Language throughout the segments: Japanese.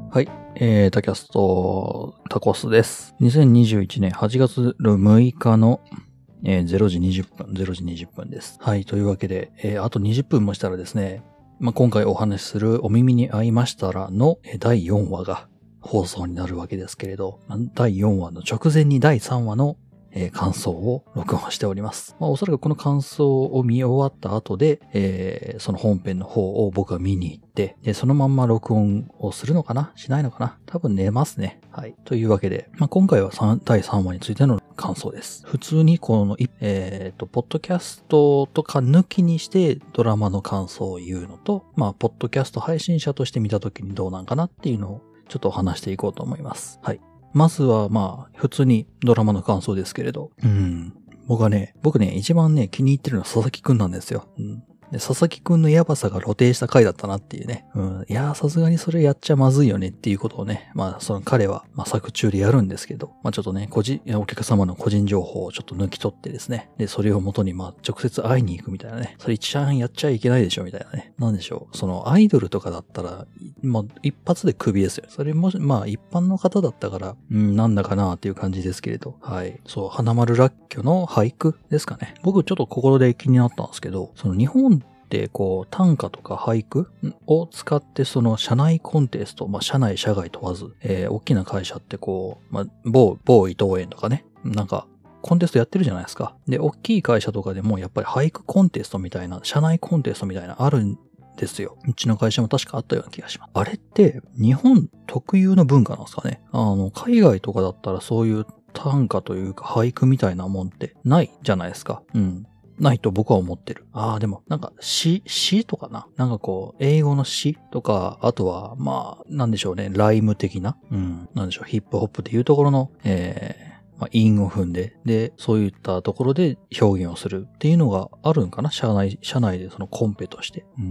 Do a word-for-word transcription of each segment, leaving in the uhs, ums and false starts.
はい。えー、タキャスト、タコスです。にせんにじゅういちねんはちがつむいかの、えー、れいじにじゅっぷん、れいじにじゅっぷんです。はい。というわけで、えー、あとにじゅっぷんもしたらですね、まあ、今回お話しするお耳に合いましたらのだいよんわが放送になるわけですけれど、だいよんわの直前にだいさんわのえー、感想を録音しております。まあ、おそらくこの感想を見終わった後で、えー、その本編の方を僕は見に行って、でそのまんま録音をするのかなしないのかな多分寝ますね。はい。というわけで、まあ、今回はだいさんわについての感想です。普通にこの、えっと、ポッドキャストとか抜きにしてドラマの感想を言うのと、まあ、ポッドキャスト配信者として見たときにどうなんかなっていうのをちょっと話していこうと思います。はい。まずはまあ、普通にドラマの感想ですけれど。うん。僕はね、僕ね、一番ね、気に入ってるのは佐々木くんなんですよ。うん。で、佐々木くんのやばさが露呈した回だったなっていうね。うん。いやー、さすがにそれやっちゃまずいよねっていうことをね、まあ、その彼は、まあ、作中でやるんですけど、まあ、ちょっとね、個人、お客様の個人情報をちょっと抜き取ってですね。で、それを元に、まあ、直接会いに行くみたいなね。それ一番やっちゃいけないでしょ、みたいなね。なんでしょう。その、アイドルとかだったら、もう一発でクビですよ。それも、まあ、一般の方だったから、うん、なんだかなっていう感じですけれど。はい。そう、花丸らっきょの俳句ですかね。僕ちょっと心で気になったんですけど、その日本でこう短歌とか俳句を使ってその社内コンテスト、まあ社内社外問わず、えー、大きな会社ってこう、まあ某、某伊藤園とかね、なんかコンテストやってるじゃないですか。で、大きい会社とかでもやっぱり俳句コンテストみたいな、社内コンテストみたいなあるんですよ。うちの会社も確かあったような気がします。あれって日本特有の文化なんですかね。あの、海外とかだったらそういう短歌というか俳句みたいなもんってないじゃないですか。うん。ないと僕は思ってる。ああ、でも、なんか、詩、詩とかななんかこう、英語の詩とか、あとは、まあ、なんでしょうね、ライム的な、うん、なんでしょう、ヒップホップっていうところの、えー、まあ、韻を踏んで、で、そういったところで表現をするっていうのがあるんかな社内、社内でそのコンペとして。うん。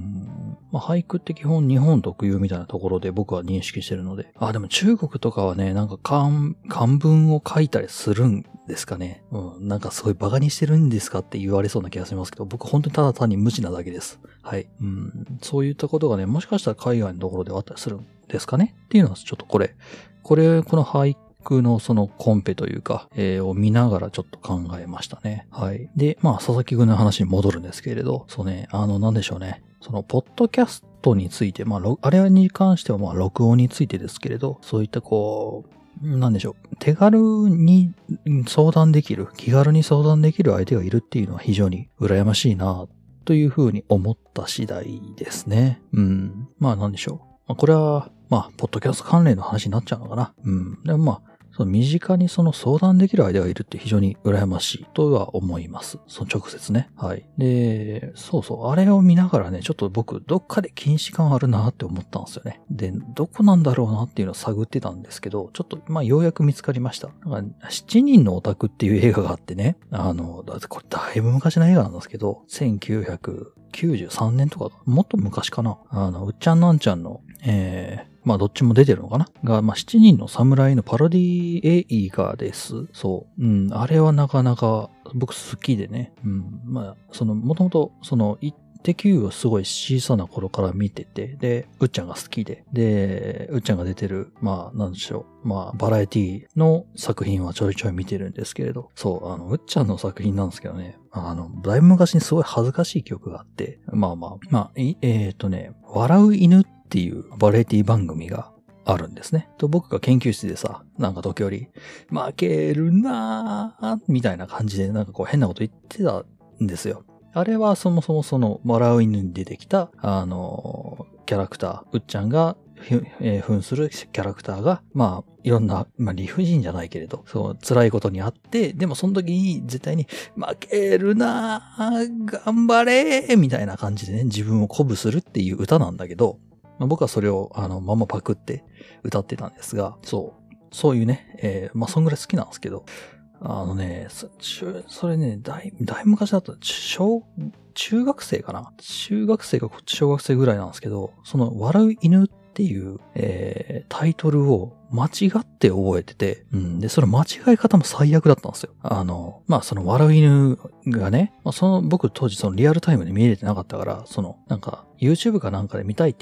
まあ、俳句って基本日本特有みたいなところで僕は認識してるので。あ、でも中国とかはね、なんか漢、漢文を書いたりするんですかね。うん。なんかすごいバカにしてるんですかって言われそうな気がしますけど、僕本当にただ単に無知なだけです。はい。うん。そういったことがね、もしかしたら海外のところではあったりするんですかねっていうのはちょっとこれ、これ、この俳句のそのコンペというか、えー、を見ながらちょっと考えましたね。はい。で、まあ、佐々木くんの話に戻るんですけれど、そうね、あの、なんでしょうね。その、ポッドキャストについて、まあ、あれに関してはまあ、録音についてですけれど、そういったこう、なんでしょう。手軽に相談できる、気軽に相談できる相手がいるっていうのは非常に羨ましいな、というふうに思った次第ですね。うん。まあ、なんでしょう。まあ、これは、まあ、ポッドキャスト関連の話になっちゃうのかな。うん。でもまあ、その身近にその相談できる相手がいるって非常に羨ましいとは思います。その直接ね。はい。で、そうそう。あれを見ながらね、ちょっと僕、どっかで近視感あるなって思ったんですよね。で、どこなんだろうなっていうのを探ってたんですけど、ちょっと、まあ、ようやく見つかりました。なんか、しちにんのオタクっていう映画があってね、あの、だってこれだいぶ昔の映画なんですけど、せんきゅうひゃくきゅうじゅうさんねんとか、もっと昔かな。あの、うっちゃんなんちゃんの、えー、まあどっちも出てるのかなが、まあしちにんの侍のパロディ映画です。そう。うん。あれはなかなか僕好きでね。うん。まあ、その、もともと、その、イッテ Q をすごい小さな頃から見てて、で、うっちゃんが好きで、で、うっちゃんが出てる、まあ、なんでしょう。まあ、バラエティの作品はちょいちょい見てるんですけれど、そう、あの、うっちゃんの作品なんですけどね、あの、だいぶ昔にすごい恥ずかしい記憶があって、まあまあ、まあ、えっ、ー、とね、笑う犬っていうバラエティ番組があるんですね。と、僕が研究室でさ、なんか時折、負けるなーみたいな感じでなんかこう変なこと言ってたんですよ。あれはそもそもその、笑う犬に出てきた、あの、キャラクター、うっちゃんが、えー、扮するキャラクターが、まあ、いろんな、まあ、理不尽じゃないけれど、そう、辛いことにあって、でもその時に絶対に、負けるなー頑張れーみたいな感じでね、自分を鼓舞するっていう歌なんだけど、まあ、僕はそれを、あの、ままパクって歌ってたんですが、そう、そういうね、えー、まあ、そんぐらい好きなんですけど、あのね、そ, それね、だい、だいぶ昔だった、小、中学生かな中学生か小学生ぐらいなんですけど、その、笑う犬っていう、えー、タイトルを間違って覚えてて、うん。で、その間違い方も最悪だったんですよ。あの、まあ、その笑う犬がね、まあ、その、僕当時そのリアルタイムで見れてなかったから、その、なんか、YouTube かなんかで見たいって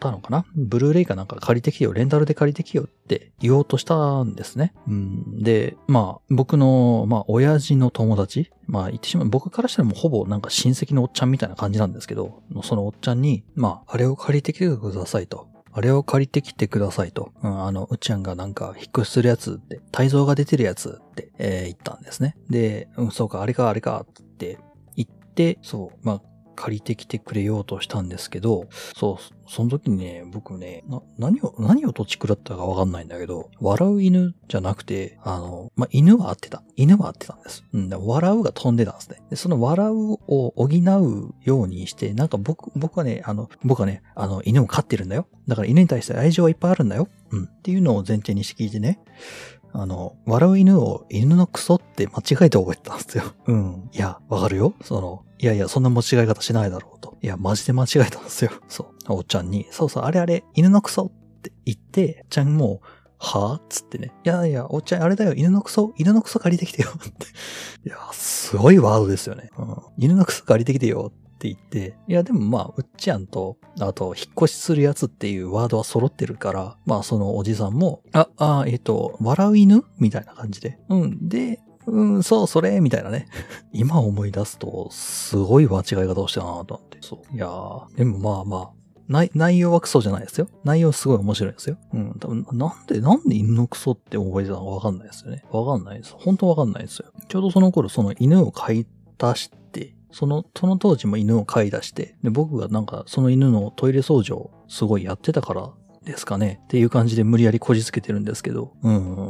ったのかな？ブルーレイかなんか借りてきてよ、レンタルで借りてきてよって言おうとしたんですね。うん、で、まあ、僕の、まあ、親父の友達、まあ、言ってしまう、僕からしたらもうほぼなんか親戚のおっちゃんみたいな感じなんですけど、そのおっちゃんに、まあ、あれを借りてきてくださいと。あれを借りてきてくださいと。うん、あの、うっちゃんがなんか引っ越しするやつって、体像が出てるやつって、えー、言ったんですね。で、うん、そうか、あれか、あれか、って言って、そう、まあ、借りてきてくれようとしたんですけど、そう、その時にね、僕ね、な、何を、何を土地食らったかわかんないんだけど、笑う犬じゃなくて、あの、まあ、犬は合ってた。犬は合ってたんです。うん、笑うが飛んでたんですね。で、その笑うを補うようにして、なんか僕、僕はね、あの、僕はね、あの、犬を飼ってるんだよ。だから犬に対して愛情はいっぱいあるんだよ。うん。っていうのを前提にして聞いてね、あの、笑う犬を犬のクソって間違えて覚えてたんですよ。うん。いや、わかるよ。その、いやいや、そんな間違い方しないだろうと。いや、マジで間違えたんですよ。そう。おっちゃんに、そうそう、あれあれ、犬のクソって言って、ちゃんも、はぁっつってね。いやいや、おっちゃん、あれだよ、犬のクソ、犬のクソ借りてきてよって。いや、すごいワードですよね。うん。犬のクソ借りてきてよって言って、いや、でもまあ、うっちゃんと、あと、引っ越しするやつっていうワードは揃ってるから、まあ、そのおじさんも、あ、あ、えっと、笑う犬みたいな感じで。うん。で、うん、そう、それ、みたいなね。今思い出すと、すごい間違い方をしたなと思って。そう。いやー、でもまあまあ、内、内容はクソじゃないですよ。内容すごい面白いですよ。うん。多分なんで、なんで犬のクソって覚えてたのかわかんないですよね。わかんないです。本当わかんないですよ。ちょうどその頃、その犬を飼い出して、その、その当時も犬を飼い出して、で、僕がなんかその犬のトイレ掃除をすごいやってたからですかね。っていう感じで無理やりこじつけてるんですけど、うん、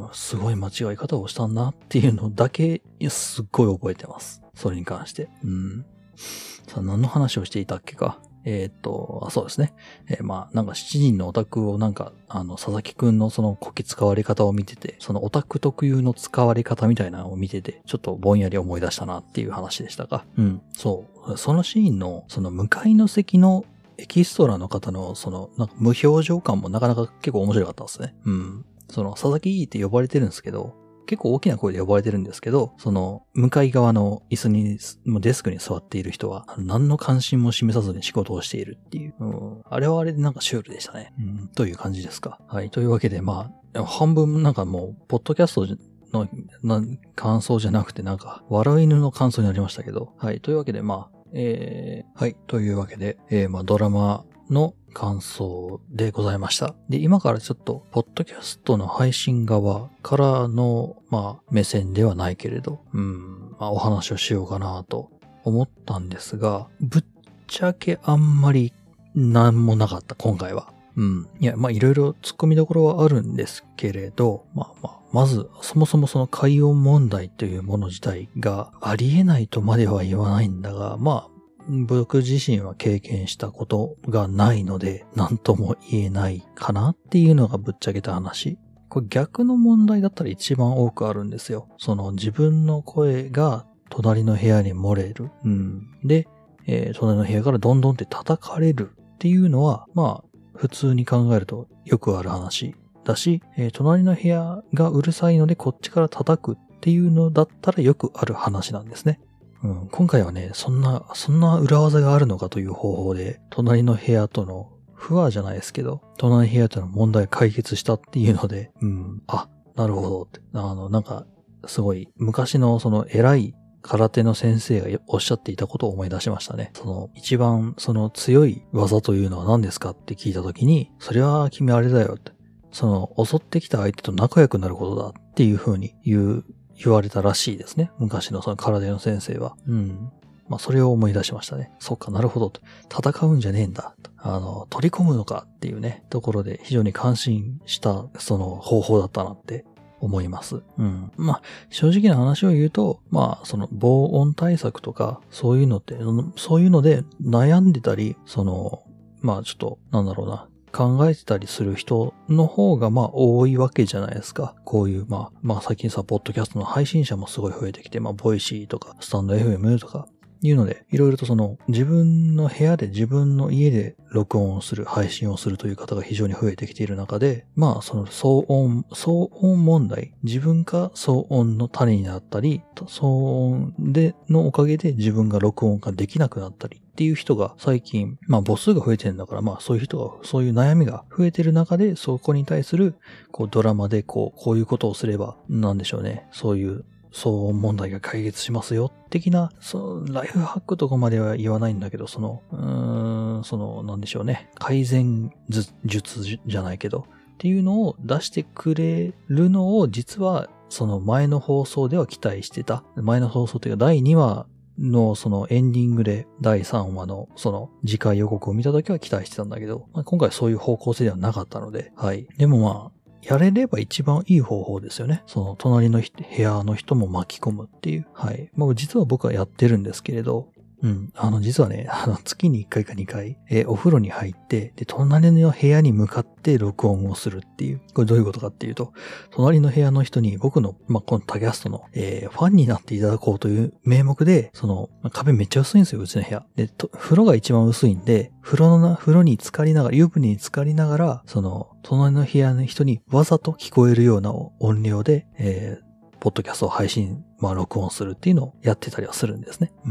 すごい間違い方をしたんだっていうのだけ、すっごい覚えてます。それに関して。うん。さあ、何の話をしていたっけか。えっと、あ、そうですね。えー、まあ、なんか七人のオタクをなんか、あの、佐々木くんのそのこき使われ方を見てて、そのオタク特有の使われ方みたいなのを見てて、ちょっとぼんやり思い出したなっていう話でしたが、うん、そう。そのシーンの、その向かいの席のエキストラの方の、その、なんか無表情感もなかなか結構面白かったですね。うん。その、佐々木って呼ばれてるんですけど、結構大きな声で呼ばれてるんですけど、その、向かい側の椅子に、デスクに座っている人は、何の関心も示さずに仕事をしているっていう。うん、あれはあれでなんかシュールでしたね。うん、という感じですか。はい。というわけで、まあ、半分なんかもう、ポッドキャストのな感想じゃなくて、なんか、笑い犬の感想になりましたけど。はい。というわけで、まあ、えー、はい。というわけで、えー、まあ、ドラマの感想でございました。で、今からちょっと、ポッドキャストの配信側からの、まあ、目線ではないけれど、うん、まあ、お話をしようかなと思ったんですが、ぶっちゃけあんまりなんもなかった、今回は。うん。いや、まあ、いろいろ突っ込みどころはあるんですけれど、まあまあ、まず、そもそもその海洋問題というもの自体がありえないとまでは言わないんだが、まあ、僕自身は経験したことがないので、何とも言えないかなっていうのがぶっちゃけた話。これ逆の問題だったら一番多くあるんですよ。その自分の声が隣の部屋に漏れる。うん。で、えー、隣の部屋からどんどんって叩かれるっていうのは、まあ、普通に考えるとよくある話だし、えー、隣の部屋がうるさいのでこっちから叩くっていうのだったらよくある話なんですね。うん、今回はね、そんな、そんな裏技があるのかという方法で、隣の部屋との、不和じゃないですけど、隣の部屋との問題解決したっていうので、うん、あ、なるほどって。あの、なんか、すごい、昔のその偉い空手の先生がおっしゃっていたことを思い出しましたね。その、一番その強い技というのは何ですかって聞いたときに、それは君あれだよって。その、襲ってきた相手と仲良くなることだっていう風に言う、言われたらしいですね。昔のその空手の先生は。うん。まあ、それを思い出しましたね。そっか、なるほど。戦うんじゃねえんだ。あの、取り込むのかっていうね、ところで非常に感心した、その方法だったなって思います。うん。まあ、正直な話を言うと、まあ、その防音対策とか、そういうのって、そういうので悩んでたり、その、まあ、ちょっと、なんだろうな。考えてたりする人の方がまあ多いわけじゃないですか。こういうまあ、まあ最近さ、ポッドキャストの配信者もすごい増えてきて、まあボイシーとかスタンド エフエム とかいうので、いろいろとその自分の部屋で自分の家で録音をする、配信をするという方が非常に増えてきている中で、まあその騒音、騒音問題、自分が騒音の種になったり、騒音でのおかげで自分が録音ができなくなったりっていう人が最近、まあ母数が増えてるんだから、まあそういう人が、そういう悩みが増えてる中で、そこに対するこうドラマでこう、こういうことをすれば、なんでしょうね、そういう騒音問題が解決しますよ、的な、その、ライフハックとかまでは言わないんだけど、その、うーん、その、なんでしょうね、改善術じゃないけど、っていうのを出してくれるのを、実は、その前の放送では期待してた。前の放送というか、だいにわのそのエンディングでだいさんわのその次回予告を見たときは期待してたんだけど、まあ、今回そういう方向性ではなかったので、はい。でもまあ、やれれば一番いい方法ですよね。その隣の部屋の人も巻き込むっていう。はい。まあ実は僕はやってるんですけれど、うん。あの、実はね、あの、月にいっかいかにかい、えー、お風呂に入って、で、隣の部屋に向かって録音をするっていう。これどういうことかっていうと、隣の部屋の人に僕の、まあ、このタキャストの、えー、ファンになっていただこうという名目で、その、壁めっちゃ薄いんですよ、うちの部屋。で、と風呂が一番薄いんで、風呂のな、風呂に浸かりながら、湯船に浸かりながら、その、隣の部屋の人にわざと聞こえるような音量で、えー、ポッドキャストを配信、まあ録音するっていうのをやってたりはするんですね。うん。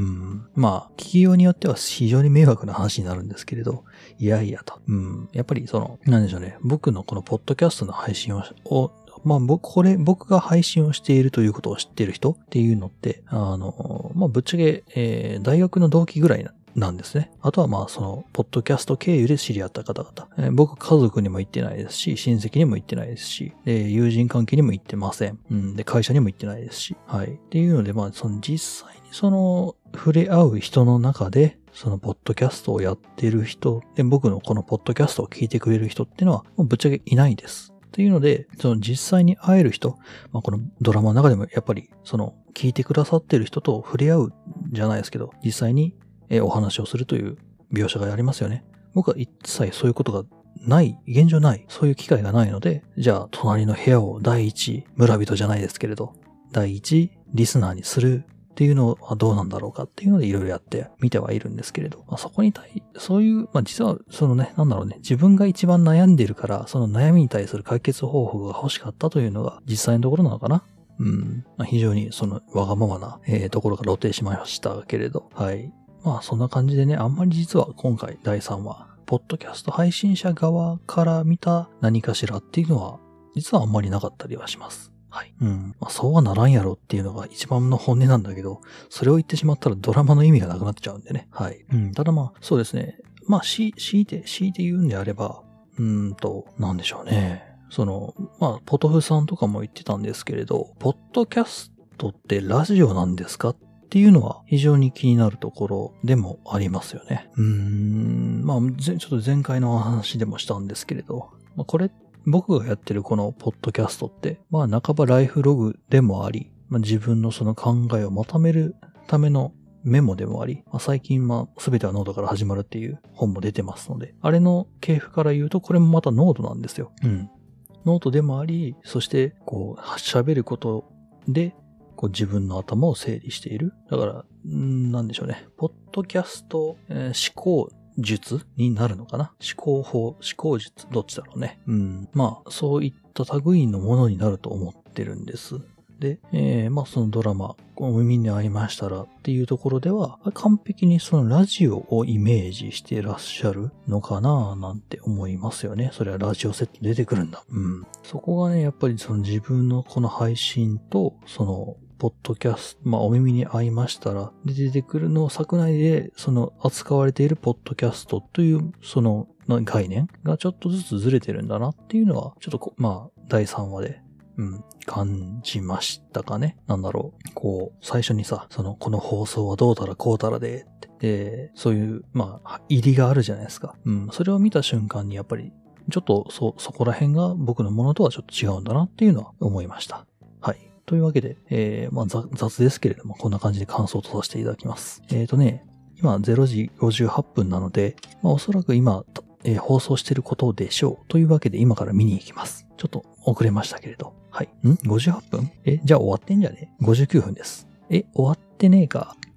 まあ、聞きようによっては非常に迷惑な話になるんですけれど、いやいやと。うん。やっぱりその、なんでしょうね。僕のこのポッドキャストの配信を、をまあ僕、これ、僕が配信をしているということを知っている人っていうのって、あの、まあぶっちゃけ、えー、大学の同期ぐらいな、なんですね。あとはまあその、ポッドキャスト経由で知り合った方々。えー、僕家族にも行ってないですし、親戚にも行ってないですし、で、友人関係にも行ってません。うん、で、会社にも行ってないですし。はい。っていうのでまあその実際にその、触れ合う人の中で、そのポッドキャストをやってる人、で、僕のこのポッドキャストを聞いてくれる人っていうのは、もうぶっちゃけいないです。っていうので、その実際に会える人、まあ、このドラマの中でもやっぱり、その聞いてくださってる人と触れ合うじゃないですけど、実際にお話をするという描写がありますよね。僕は一切そういうことがない、現状ない、そういう機会がないので、じゃあ隣の部屋を第一村人じゃないですけれど、第一リスナーにするっていうのはどうなんだろうかっていうのでいろいろやってみてはいるんですけれど、まあ、そこに対、そういう、まあ実はそのね、なんだろうね、自分が一番悩んでいるから、その悩みに対する解決方法が欲しかったというのが実際のところなのかな。うん。まあ、非常にそのわがままな、えー、ところが露呈しましたけれど、はい。まあそんな感じでね、あんまり実は今回だいさんわ、ポッドキャスト配信者側から見た何かしらっていうのは、実はあんまりなかったりはします。はい。うん。まあそうはならんやろっていうのが一番の本音なんだけど、それを言ってしまったらドラマの意味がなくなっちゃうんでね。はい。うん。ただまあ、そうですね。まあ、し、強いて、強いて言うんであれば、うーんと、なんでしょうね。その、まあ、ポトフさんとかも言ってたんですけれど、ポッドキャストってラジオなんですかっていうのは非常に気になるところでもありますよね。うーん。まあ、ちょっと前回の話でもしたんですけれど、まあ、これ、僕がやってるこのポッドキャストって、まあ半ばライフログでもあり、まあ、自分のその考えをまとめるためのメモでもあり、まあ、最近まあ全てはノートから始まるっていう本も出てますので、あれの系譜から言うとこれもまたノートなんですよ。うん。ノートでもあり、そしてこう喋ることでこう自分の頭を整理している。だから、んなんでしょうね。ポッドキャスト、えー、思考術になるのかな。思考法、思考術、どっちだろうね。うん。まあ、そういった類のものになると思ってるんです。で、えー、まあそのドラマ、お耳に合いましたらっていうところでは、完璧にそのラジオをイメージしてらっしゃるのかななんて思いますよね。それはラジオセット出てくるんだ。うん。そこがね、やっぱりその自分のこの配信と、その、ポッドキャスト、まあお耳に合いましたら、で出てくるのを作内で、その扱われているポッドキャストという、その概念がちょっとずつずれてるんだなっていうのは、ちょっとこ、まあ、だいさんわで、うん、感じましたかね。なんだろう。こう、最初にさ、その、この放送はどうたらこうたらで、って、で、そういう、まあ、入りがあるじゃないですか。うん、それを見た瞬間にやっぱり、ちょっと、そ、そこら辺が僕のものとはちょっと違うんだなっていうのは思いました。はい。というわけで、えー、まあ、雑ですけれども、こんな感じで感想とさせていただきます。えーとね、今れいじごじゅうはっぷんなので、まあ、おそらく今、えー、放送していることでしょう。というわけで今から見に行きます。ちょっと遅れましたけれど。はい。ん ?ごじゅうはっぷん? え、じゃあ終わってんじゃね ?ごじゅうきゅうふんです。え、終わってねえか。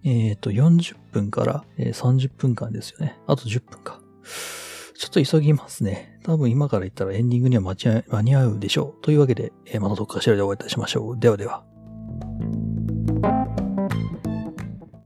えっと、よんじゅっぷんからさんじゅっぷんかんですよね。あとじゅっぷんか。ちょっと急ぎますね。多分今から言ったらエンディングには間に合うでしょう。というわけで、またどっかしらでお会いいたしましょう。ではでは。